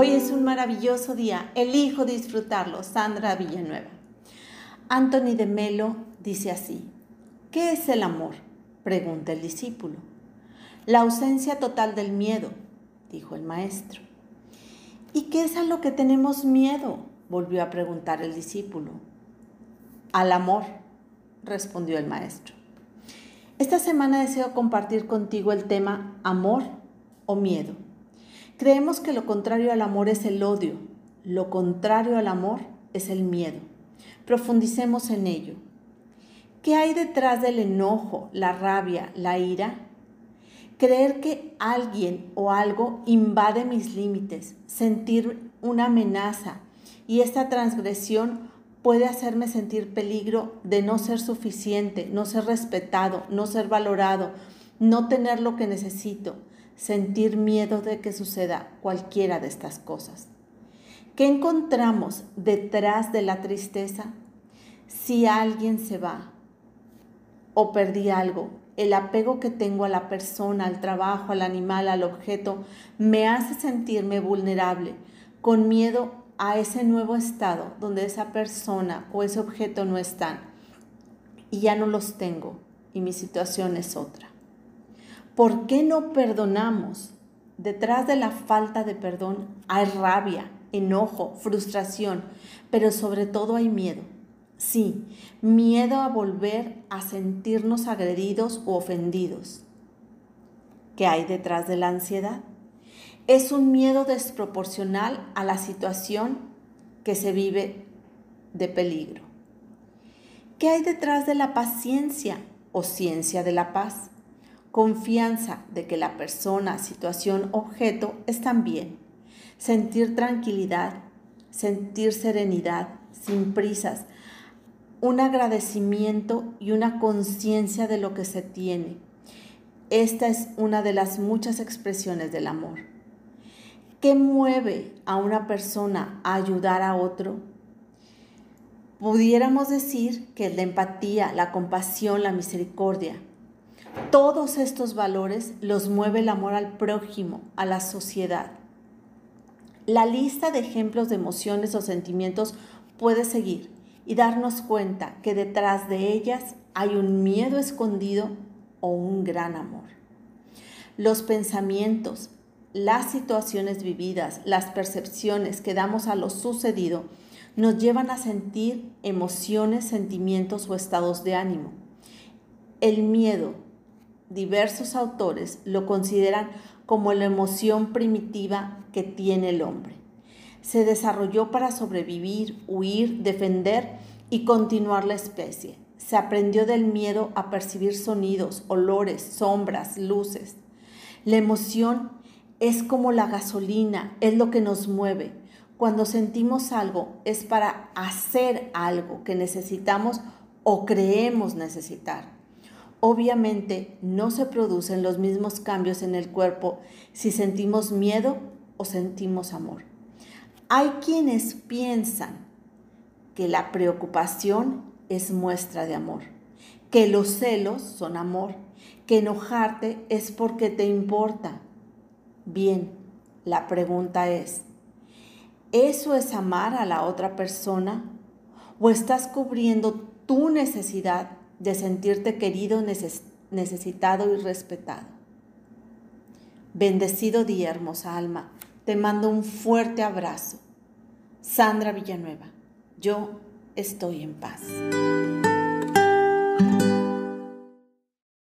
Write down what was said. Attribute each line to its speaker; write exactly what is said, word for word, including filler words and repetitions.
Speaker 1: Hoy es un maravilloso día, elijo disfrutarlo. Sandra Villanueva. Anthony de Melo dice así: ¿qué es el amor?, pregunta el discípulo. La ausencia total del miedo, dijo el maestro. ¿Y qué es a lo que tenemos miedo?, volvió a preguntar el discípulo. Al amor, respondió el maestro. Esta semana deseo compartir contigo el tema amor o miedo. Creemos que lo contrario al amor es el odio, lo contrario al amor es el miedo. Profundicemos en ello. ¿Qué hay detrás del enojo, la rabia, la ira? Creer que alguien o algo invade mis límites, sentir una amenaza, y esta transgresión puede hacerme sentir peligro de no ser suficiente, no ser respetado, no ser valorado, no tener lo que necesito, sentir miedo de que suceda cualquiera de estas cosas. ¿Qué encontramos detrás de la tristeza? Si alguien se va o perdí algo, el apego que tengo a la persona, al trabajo, al animal, al objeto, me hace sentirme vulnerable, con miedo a ese nuevo estado donde esa persona o ese objeto no están y ya no los tengo y mi situación es otra. ¿Por qué no perdonamos? Detrás de la falta de perdón hay rabia, enojo, frustración, pero sobre todo hay miedo. Sí, miedo a volver a sentirnos agredidos u ofendidos. ¿Qué hay detrás de la ansiedad? Es un miedo desproporcional a la situación que se vive de peligro. ¿Qué hay detrás de la paciencia o ciencia de la paz? Confianza de que la persona, situación, objeto están bien. Sentir tranquilidad, sentir serenidad, sin prisas. Un agradecimiento y una conciencia de lo que se tiene. Esta es una de las muchas expresiones del amor. ¿Qué mueve a una persona a ayudar a otro? Pudiéramos decir que es la empatía, la compasión, la misericordia. Todos estos valores los mueve el amor al prójimo, a la sociedad. La lista de ejemplos de emociones o sentimientos puede seguir y darnos cuenta que detrás de ellas hay un miedo escondido o un gran amor. Los pensamientos, las situaciones vividas, las percepciones que damos a lo sucedido nos llevan a sentir emociones, sentimientos o estados de ánimo. El miedo, diversos autores lo consideran como la emoción primitiva que tiene el hombre. Se desarrolló para sobrevivir, huir, defender y continuar la especie. Se aprendió del miedo a percibir sonidos, olores, sombras, luces. La emoción es como la gasolina, es lo que nos mueve. Cuando sentimos algo es para hacer algo que necesitamos o creemos necesitar. Obviamente no se producen los mismos cambios en el cuerpo si sentimos miedo o sentimos amor. Hay quienes piensan que la preocupación es muestra de amor, que los celos son amor, que enojarte es porque te importa. Bien, la pregunta es, ¿eso es amar a la otra persona? ¿O estás cubriendo tu necesidad de sentirte querido, neces- necesitado y respetado? Bendecido día, hermosa alma. Te mando un fuerte abrazo. Sandra Villanueva. Yo estoy en paz.